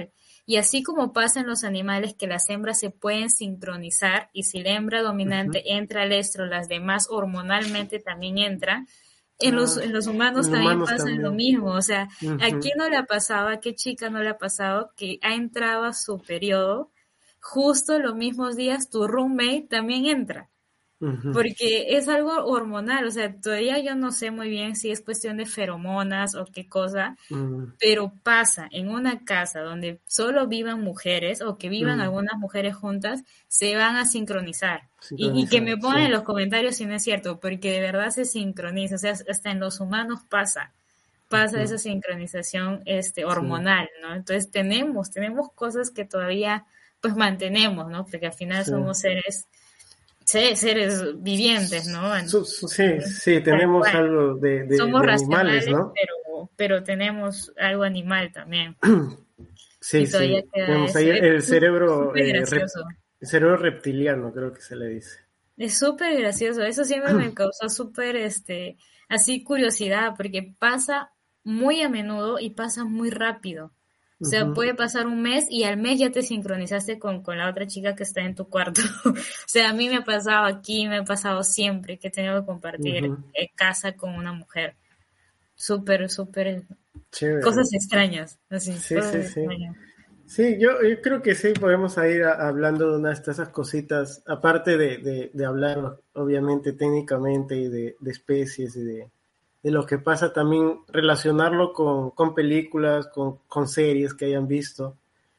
Y así como pasa en los animales que las hembras se pueden sincronizar y si la hembra dominante
Ujú.
entra al estro, las demás hormonalmente también entran, en los,
Ah,
en los
en
humanos también
humanos
pasa lo
también.
mismo. O sea, ¿a
Ujú,
quién no le ha pasado, a qué chica no le ha pasado que ha entrado a su periodo justo los mismos días tu roommate también entra?
ujú,
Porque es algo hormonal, o sea, todavía yo no sé muy bien si es cuestión de feromonas o qué cosa,
mm,
pero pasa en una casa donde solo vivan mujeres o que vivan
mm.
algunas mujeres juntas, se van a sincronizar. Y, y que
Sincronizar,
me
sí.
pongan en los comentarios si no es cierto, porque de verdad se sincroniza, o sea, hasta en los humanos pasa, pasa esa
Ujú,
sincronización este,
sí,
hormonal, ¿no? Entonces tenemos, tenemos cosas que todavía pues mantenemos, ¿no? Porque al final
sí.
somos seres, se- seres vivientes, ¿no?
Su- su- sí,
Entonces,
sí,
tal
tenemos
cual.
algo de, de,
Somos
de animales,
racionales,
¿no?
pero, pero tenemos algo animal también.
Sí,
Y todavía
sí,
queda
tenemos ahí
eso. Es
el
su-
cerebro,
súper
eh, rep-
gracioso.
el cerebro reptiliano, creo que se le dice.
Es súper gracioso. Eso siempre me causó súper, este, así curiosidad, porque pasa muy a menudo y pasa muy rápido. O sea,
Ujú,
puede pasar un mes y al mes ya te sincronizaste con, con la otra chica que está en tu cuarto. O sea, a mí me ha pasado aquí, me ha pasado siempre que he tenido que compartir
ujú.
eh, casa con una mujer. Súper, súper,
Chévere.
cosas extrañas, así,
Sí,
cosas
sí, sí.
extrañas.
Sí, yo, yo creo que sí podemos ir a- hablando de unas de esas cositas, aparte de, de, de hablar obviamente técnicamente y de, de especies y de, de lo que pasa, también relacionarlo con, con películas, con, con series que hayan visto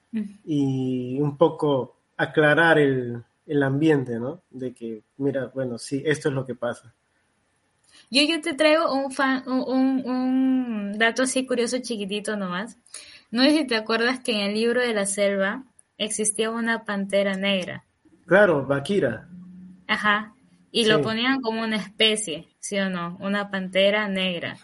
y un poco aclarar el, el ambiente, ¿no? De que, mira, bueno, sí, esto es lo que pasa.
Yo, yo te traigo un, fan, un, un, un dato así curioso chiquitito nomás. No sé si te acuerdas que en el libro de la selva existía una pantera negra.
Claro, Bakira,
Ajá. Y lo
sí,
ponían como una especie, ¿sí o no? Una pantera negra.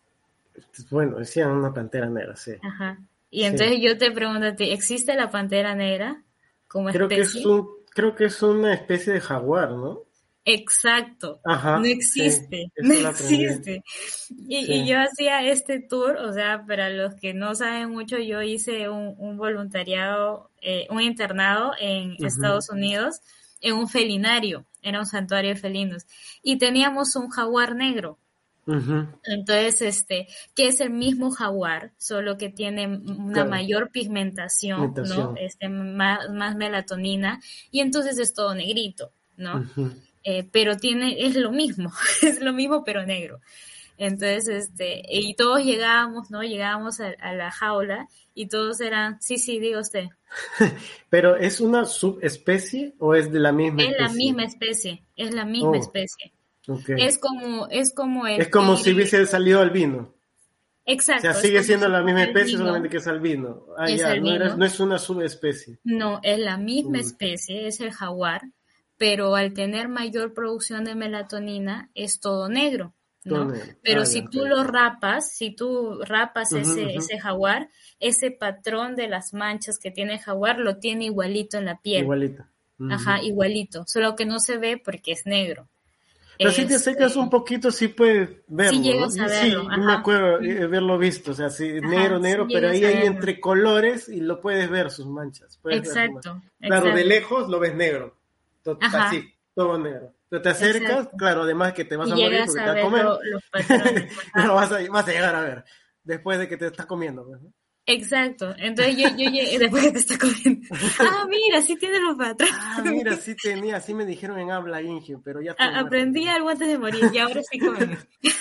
bueno, decían una pantera negra, sí,
Ajá. Y
sí.
entonces yo te pregunto a ti, ¿existe la pantera negra como
Creo que es
especie?
un, creo que es una especie de jaguar, ¿no?
Exacto, no
Ajá, sí,
existe, no
eso lo aprendí.
existe.
Sí.
Y, y yo hacía este tour, o sea, para los que no saben mucho, yo hice un, un voluntariado, eh, un internado en
Ujú,
Estados Unidos, en un felinario, era un santuario de felinos, y teníamos un jaguar negro.
ujú,
Entonces, este, que es el mismo jaguar, solo que tiene una
claro,
mayor pigmentación, ¿no?
imitación.
Este, más, más melatonina, y entonces es todo negrito, ¿no?
Ujú.
Eh, pero tiene, es lo mismo, es lo mismo pero negro. Entonces, este, y todos llegábamos, ¿no? Llegábamos a, a la jaula y todos eran, sí, sí, diga usted,
Pero ¿es una subespecie o es de la misma
es la
especie?
misma especie, es la misma
Oh,
especie.
ok.
Es como, es como
Es
el
como si
tigre,
hubiese salido albino. O sea,
exacto, es
sigue
como
siendo
si
la misma
fuera
especie, solamente
albino,
que es albino. Ah,
es
ya, no eres,
albino,
no es una subespecie.
no, es la misma
Mm,
especie, es el jaguar, pero al tener mayor producción de melatonina es todo negro,
todo
¿no?
negro.
Pero
Ah, ya,
si
ok,
tú lo
ok.
rapas, si tú rapas
Ujú,
ese,
ujú.
ese jaguar, ese patrón de las manchas que tiene el jaguar lo tiene igualito en la piel,
Igualito.
ajá,
Ujú.
igualito, solo que no se ve porque es negro.
Pero si te acercas un
Este,
poquito, sí puedes
sí
verlo, ¿no?
llegas a
Y
verlo,
sí, yo me
ajá,
acuerdo
sí,
eh, haberlo visto, o sea, sí,
ajá,
negro,
sí
negro, pero
llegas
ahí
a
hay
verlo.
entre colores y lo puedes ver sus manchas, puedes ver sus manchas.
Exacto,
Claro, de
exacto,
lejos lo ves negro, to-
ajá,
así, todo negro. Pero te acercas,
exacto.
claro, además que te vas
Y
a morir
llegas
porque
a
te va a
ver
comer,
lo- los patrones,
pero
ajá.
vas a, vas a llegar a ver, después de que te estás comiendo, pues, ¿no?
Exacto. Entonces yo, yo llegué, después que te está comiendo. Ah, mira, sí tiene los patrones.
Ah, mira, sí tenía, sí me dijeron en habla indio, pero ya estoy
A-
muerto.
aprendí algo antes de morir y ahora sí cómeme.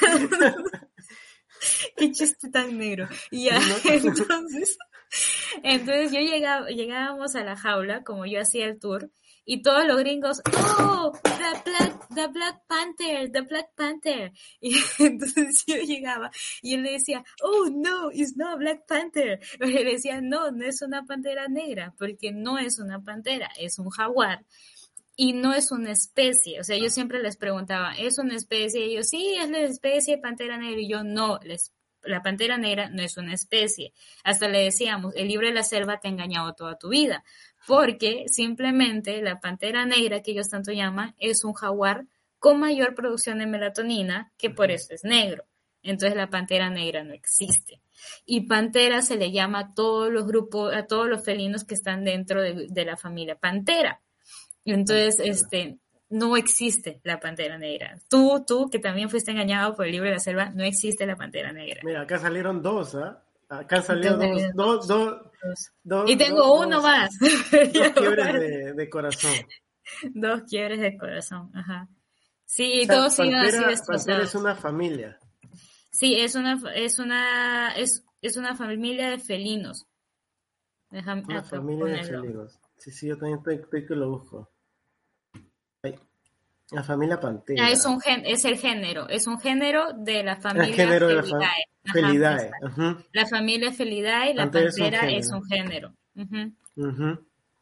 Qué chiste tan negro. Y ya,
Sí, ¿no?
entonces, entonces yo llegaba, llegábamos a la jaula, como yo hacía el tour, y todos los gringos, oh, the Black, the Black Panther, the Black Panther. Y entonces yo llegaba y él le decía, oh, no, it's not Black Panther. Y le decía, no, no es una pantera negra, porque no es una pantera, es un jaguar. Y no es una especie, o sea, yo siempre les preguntaba, ¿es una especie? Y ellos, sí, es la especie pantera negra, y yo, no, les la pantera negra no es una especie. Hasta le decíamos, el libro de la selva te ha engañado toda tu vida, porque simplemente la pantera negra, que ellos tanto llaman, es un jaguar con mayor producción de melatonina, que por eso es negro. Entonces la pantera negra no existe. Y pantera se le llama a todos los grupos, a todos los felinos que están dentro de, de la familia pantera. Entonces, este, no existe la pantera negra. Tú, tú, que también fuiste engañado por el libro de la selva, no existe la pantera negra.
Mira, acá salieron dos, ¿ah? ¿eh? Acá han salido dos,
Entonces,
dos, dos,
dos.
dos,
Y tengo
dos,
uno
dos,
más.
dos quiebres de, de corazón.
Dos quiebres de corazón, ajá. Sí,
O
y
sea,
todos siguen así
Pantera, Pantera
destrozados.
es una familia.
Sí, es una, es una, es, es una familia de felinos. Déjame
Una
acá
familia de
ponerlo.
felinos. Sí, sí, yo también estoy, estoy que lo busco. Ay, la familia
Ah, es
Pantera.
un gen, es el género, es un género de la
El
familia
género de la fa-
Felidae. Ajá,
Felidae.
exacto.
Ujú.
La familia Felidae, la
Pantera es un
pantera es
género.
un género. Ujú.
Ujú.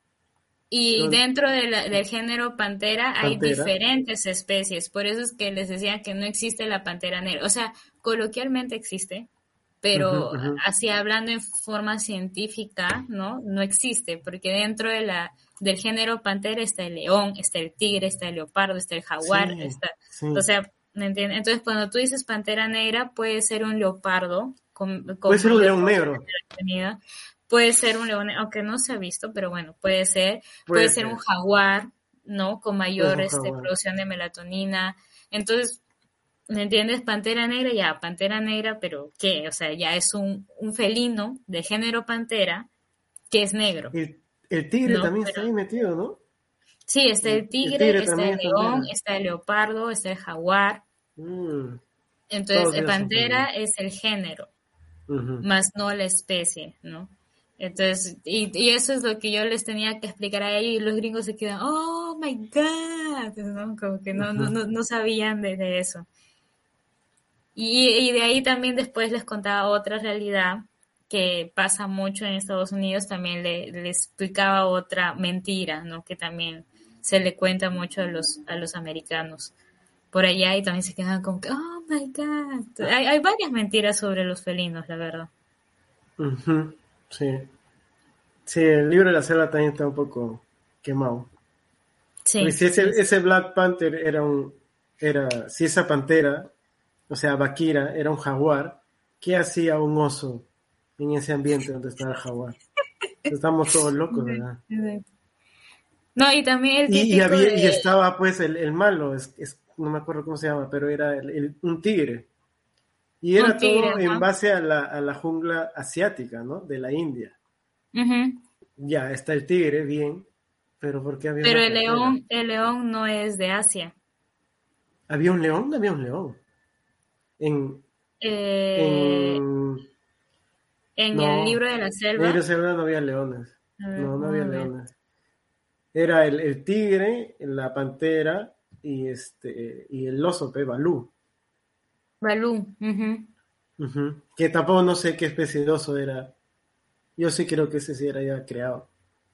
Y
Son
dentro de la- del género pantera hay
Pantera.
diferentes especies, por eso es que les decía que no existe la pantera negra. O sea, coloquialmente existe,
Ujú,
pero
ujú.
así hablando en forma científica, ¿no? No existe, porque dentro de la, del género pantera está el león, está el tigre, está el leopardo, está el jaguar,
Sí,
está, o
sí.
sea, ¿me entiendes? Entonces, cuando tú dices pantera negra, puede ser un leopardo con,
Puede
con
ser un
mayor
león negro.
proximidad, puede ser un león, aunque no se ha visto, pero bueno, puede ser, puede
Puede
ser un
ser.
jaguar, ¿no? Con
Es
mayor
un
este,
jaguar.
producción de melatonina. Entonces, ¿me entiendes? Pantera negra, ya, pantera negra, pero ¿qué? O sea, ya es un, un felino de género pantera que es negro,
El, el tigre
¿no?
también
Pero
está ahí metido, ¿no?
sí, está
El,
el
el
tigre,
tigre
está el
también es
león,
pantera.
está el leopardo, está el jaguar.
Mm,
Entonces,
todos
eh,
ellos son
pantera
familia.
es el género,
Ujú.
más no la especie, ¿no? Entonces, y, y eso es lo que yo les tenía que explicar a ellos y los gringos se quedan, oh my God, ¿no? Como que no, no,
Ujú.
no, no sabían de, de eso. Y, y de ahí también después les contaba otra realidad que pasa mucho en Estados Unidos, también le, le explicaba otra mentira, ¿no? Que también se le cuenta mucho a los, a los americanos por allá y también se quedan como que, oh my God. Hay, hay varias mentiras sobre los felinos, la verdad.
Ujú. Sí. Sí, el libro de la selva también está un poco quemado. Porque
Sí,
si ese,
sí, sí.
ese Black Panther era un, era, si esa pantera, o sea, Bakira, era un jaguar, ¿qué hacía un oso en ese ambiente donde estaba el jaguar? Estamos todos locos, ¿verdad?
No, y también el
Y, y
típico de,
había, y estaba pues el, el malo, es, es- no me acuerdo cómo se llama, pero era el- el- un tigre. Y
un
era
tigre,
todo en
ajá.
base a la, a la jungla asiática, ¿no? De la India.
Ujú.
Ya, está el tigre, bien, pero ¿por qué había
Pero
una
el
pantera?
león, el león no es de Asia.
¿Había un león? Había un león. En,
Eh,
en,
en el
no,
libro de la
en
selva,
Iris no había leones.
a ver,
No, no había
vamos a ver.
leones. Era el, el tigre, la pantera y este y el oso, pe, Balú.
Balú, ujú.
Ujú. Que tampoco no sé qué especie de oso era. Yo sí creo que ese sí era ya creado.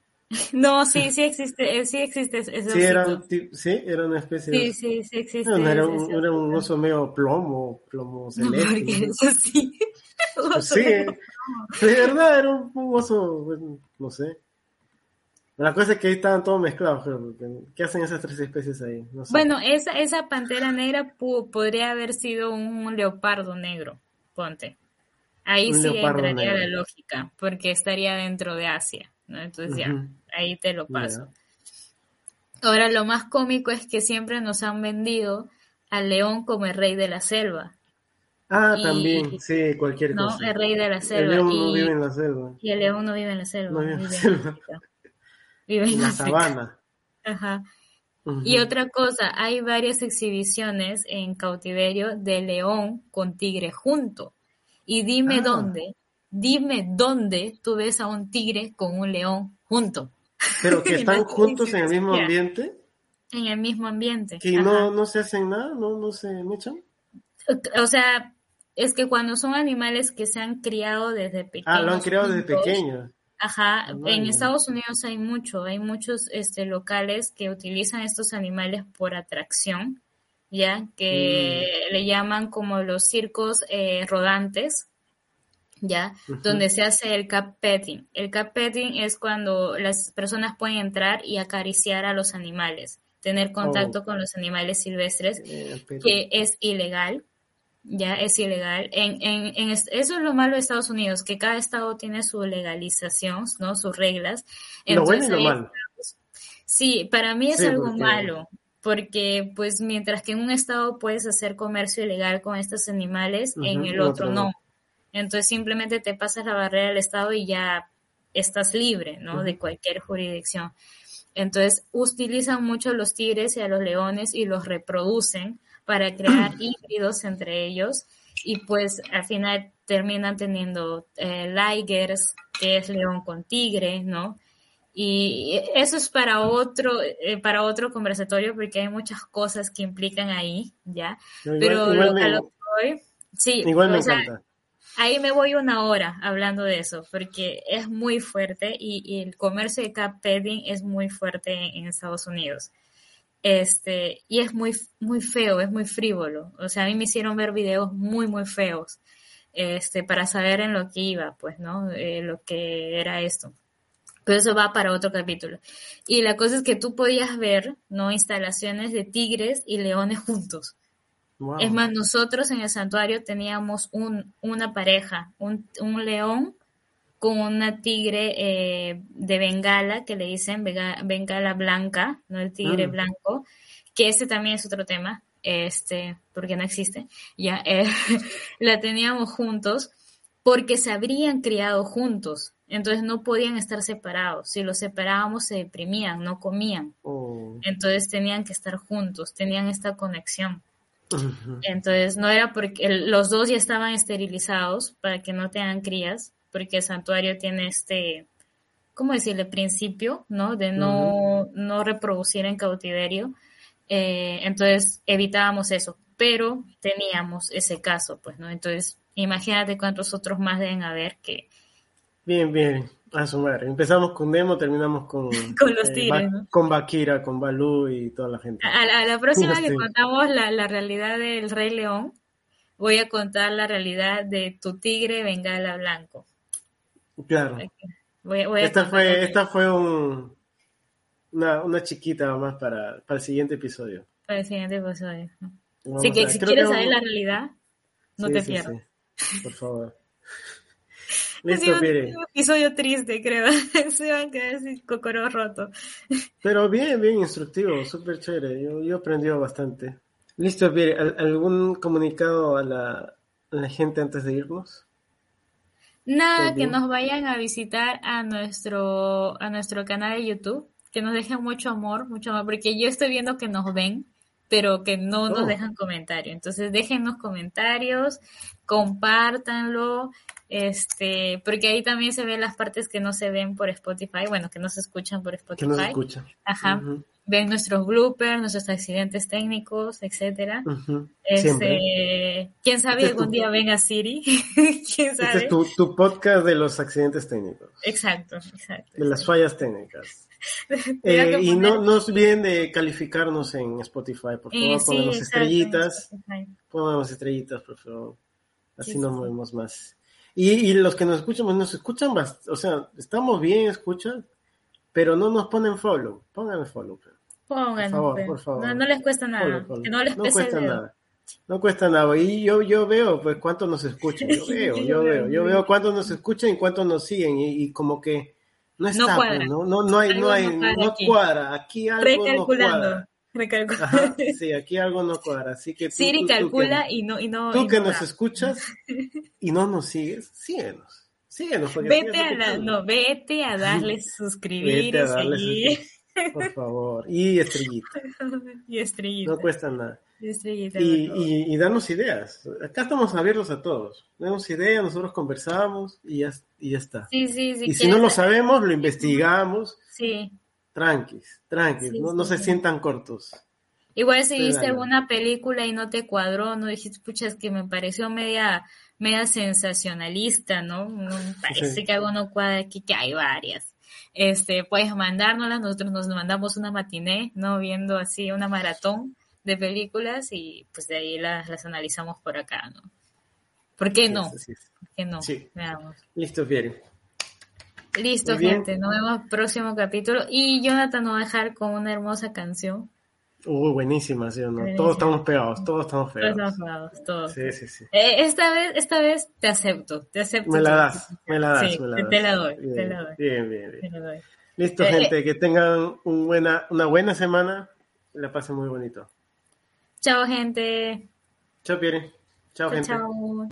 No, sí, sí existe, eh, sí existe ese ese
Sí, era
osito.
un ti- sí, era una especie de
Sí,
oso.
sí, sí
No, no,
existe
era
ese, ese
un, era un
osito.
oso medio plomo, plomo
No,
celeste, no
porque
sé.
eso sí,
Pues
oso
sí,
de
eh,
plomo.
de verdad era un, un oso, pues, no sé. La cosa es que ahí estaban todos mezclados, creo, porque ¿qué hacen esas tres especies ahí? No sé.
Bueno, esa, esa pantera negra pu- podría haber sido un leopardo negro, ponte. Ahí
Un
sí
leopardo
entraría la
negro.
lógica, porque estaría dentro de Asia, ¿no? Entonces
Ujú.
ya, ahí te lo paso.
Ya.
Ahora, lo más cómico es que siempre nos han vendido al león como el rey de la selva.
Ah, también,
Y,
sí, cualquier
¿no?
cosa.
El rey de la
El
selva.
león no vive
Y,
en la selva,
y el león no vive en la
no
selva,
vive en la
vive en
selva,
África. Vive
en
en
la
África.
sabana.
Ajá. Y
Ujú.
otra cosa, hay varias exhibiciones en cautiverio de león con tigre junto. Y dime
Ah,
dónde, dime dónde tú ves a un tigre con un león junto.
pero que
En las
están juntos en el mismo
exhibiciones,
ambiente,
en el mismo ambiente.
que no,
Ajá.
no se hacen nada, no, no se mechan.
O sea, es que cuando son animales que se han criado desde
Ah, lo han
pequeños
creado desde
juntos,
pequeños.
ajá,
Ah,
en
man.
Estados Unidos hay mucho, hay muchos este, locales que utilizan estos animales por atracción, ya, que
Mm,
le llaman como los circos eh, rodantes, ya,
ujú.
donde se hace el cat petting. El cat petting es cuando las personas pueden entrar y acariciar a los animales, tener
Oh,
contacto con los animales silvestres,
eh,
que
petting.
es ilegal, ya es ilegal. En, en, en es, eso es lo malo de Estados Unidos, que cada estado tiene su legalización, ¿no? Sus reglas.
Lo bueno y
Entonces
lo
ahí
malo.
estamos. Sí, para mí es
Sí,
algo
porque...
malo, porque pues mientras que en un estado puedes hacer comercio ilegal con estos animales, en
ujú,
el
en
otro
otro
no.
no.
Entonces simplemente te pasas la barrera del estado y ya estás libre, ¿no? De
Ujú.
cualquier jurisdicción. Entonces utilizan mucho los tigres y a los leones y los reproducen para crear híbridos entre ellos y pues al final terminan teniendo eh, ligers, que es león con tigre, ¿no? Y eso es para otro, eh, para otro conversatorio porque hay muchas cosas que implican ahí, ¿ya?
No, igual,
Pero
igual
lo, a lo
me,
que voy, sí,
igual me
o sea,
encanta.
ahí me voy una hora hablando de eso, porque es muy fuerte y, y el comercio de catpetting es muy fuerte en, en Estados Unidos. Este, y es muy, muy feo, es muy frívolo. O sea, a mí me hicieron ver videos muy, muy feos, este, para saber en lo que iba, pues, ¿no? Eh, lo que era esto. Pero eso va para otro capítulo. Y la cosa es que tú podías ver, ¿no? Instalaciones de tigres y leones juntos. Es
Wow.
más, nosotros en el santuario teníamos un, una pareja, un, un león con una tigre eh, de Bengala, que le dicen Bega- Bengala blanca, no el tigre
Mm.
blanco, que ese también es otro tema, este, porque no existe, ya, eh, la teníamos juntos porque se habrían criado juntos, entonces no podían estar separados, si los separábamos se deprimían, no comían,
Oh.
entonces tenían que estar juntos, tenían esta conexión.
Ujú.
Entonces, no era porque el- los dos ya estaban esterilizados para que no tengan crías, porque el santuario tiene este, ¿cómo decirle? Principio, ¿no? De
Ujú.
no, no reproducir en cautiverio. Eh, entonces, evitábamos eso, pero teníamos ese caso, pues, ¿no? Entonces, imagínate cuántos otros más deben haber que
Bien, bien. A su madre. Empezamos con Nemo, terminamos con,
con los
eh,
tigres,
Ba-
¿no?
con Bakira, con Balú y toda la gente.
A, a la próxima que
Sí,
contamos la, la realidad del Rey León, voy a contar la realidad de tu tigre Bengala blanco.
claro.
Ok. Voy, voy a
Esta
contar la
fue,
realidad
esta fue un, una, una chiquita más para, para el siguiente episodio.
para el siguiente episodio, ¿no? Así
Vamos
que
a,
si
creo que
quieres saber la
vamos,
realidad, no
sí,
te
sí, sí,
pierdas.
por favor.
Ha sido
Listo,
un,
Pire.
un episodio triste, creo. Se van a quedar así, cocoro roto.
Pero bien, bien instructivo, súper chévere. Yo, yo aprendí bastante. Listo, Pire. ¿Al- ¿Algún comunicado a la, a la gente antes de irnos? ¿Todo
Nada, que
bien?
nos vayan a visitar a nuestro, a nuestro canal de YouTube, que nos dejen mucho amor, mucho amor, porque yo estoy viendo que nos ven, pero que no nos
Oh,
dejan comentarios. Entonces déjennos comentarios, compártanlo, este, porque ahí también se ven las partes que no se ven por Spotify, bueno, que no se escuchan por
que nos
Spotify.
escucha.
Ajá.
Ujú,
Ven nuestros bloopers, nuestros accidentes técnicos, etcétera.
ujú. Siempre.
Este, quién sabe
Este es
algún
tu,
día venga Siri, quién
este es
sabe.
tu, tu podcast de los accidentes técnicos,
Exacto, exacto,
de las
exacto.
fallas técnicas.
Tengo
Eh,
que
y
poner
no, no se olviden de calificarnos en Spotify, por
eh,
favor,
sí,
pónganos
exacto, en
estrellitas,
Spotify.
pónganos estrellitas, por favor,
Sí,
así
sí,
nos
sí.
movemos más. Y, y los que nos escuchan, pues nos escuchan bastante, o sea, estamos bien, escuchan, pero no nos ponen follow, pónganme follow, pe. Por
Pónganos,
favor,
pe.
por
No,
favor,
no les cuesta
follow,
nada, que
follow,
no les
no
pese el
cuesta
dedo.
nada. No cuesta nada. Y yo, yo veo, pues, cuánto nos escuchan. Yo veo,
Yo
yo
veo,
veo,
yo
yo
veo.
veo cuánto nos escuchan y cuánto nos siguen. Y, y como que no
No
está, pues,
cuadra,
no, no, no hay, no
algo
hay,
no cuadra
no
aquí.
cuadra. Aquí algo no
Recalculando,
cuadra.
recalculando.
Ajá, sí, aquí algo no cuadra. Así que tú,
Siri
tú, tú que,
calcula y no, y no,
tú
y
que
no
nos
da.
escuchas y no nos sigues, síguenos. Síguenos, porque así
Vete
hace
a
que
la,
chulo.
no, vete a darle suscribir
Vete
y
a darle
seguir.
suscribir, por favor. Y estrellita.
Y
No
estrellita,
cuesta nada.
y estrellita, por favor.
Y, y, y darnos ideas. Acá estamos abiertos a todos. Damos ideas, nosotros conversamos y ya, y ya está.
Sí, sí,
Y
si
si no
quieres.
lo sabemos, lo investigamos.
Sí,
Tranquis, tranquis,
sí,
no, no
sí,
se
sí.
sientan cortos.
Igual si
Ustedes
viste
hagan.
alguna película y no te cuadró, no dijiste, pucha, es que me pareció media, media sensacionalista, ¿no? No, me parece
Sí.
que algo no cuadra aquí, que hay varias. Este, puedes mandárnoslas, nosotros nos mandamos una matiné, ¿no? Viendo así una maratón de películas y pues de ahí las, las analizamos por acá, ¿no? ¿Por qué
Así es,
no?
así es.
¿Por qué no?
Sí.
Veamos.
Listo, Fieri.
Listo,
Muy bien.
gente, nos vemos próximo capítulo. Y Jonathan nos va a dejar con una hermosa canción
Uh, buenísima, ¿sí o no?
Buenísima.
Todos estamos pegados, todos estamos
Todos
pegados.
estamos pegados, todos.
Sí, sí, sí.
Eh, esta vez, esta vez te acepto, te acepto.
Me la
tu-
das, me la das,
Sí,
me la
te,
das.
te la doy,
Bien,
te la doy,
bien, bien, bien.
te la doy.
Listo,
Eh,
gente, que tengan un buena, una buena semana. La pasen muy bonito.
Chao, gente.
Chao, Pierre. Chao,
Chao,
gente.
chao.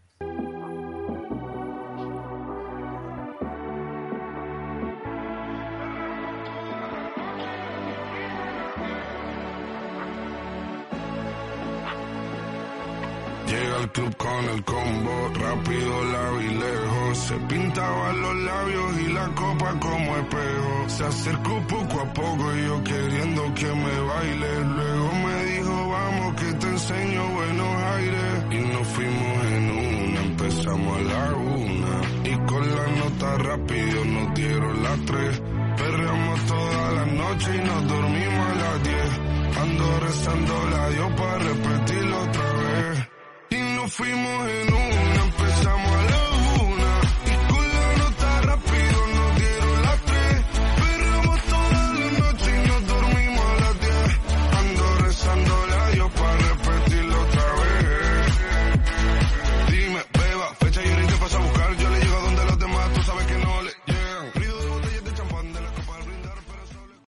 Llega al club con el combo, rápido la vi lejos. Se pintaban los labios y la copa como espejo. Se acercó poco a poco y yo queriendo que me baile. Luego me dijo, vamos que te enseño buenos aires. Y nos fuimos en una, empezamos a la una. Y con la nota rápido nos dieron las tres. Perreamos toda la noche y nos dormimos a las diez. Ando rezando la Dios para repetirlo otra vez. Y nos fuimos en una.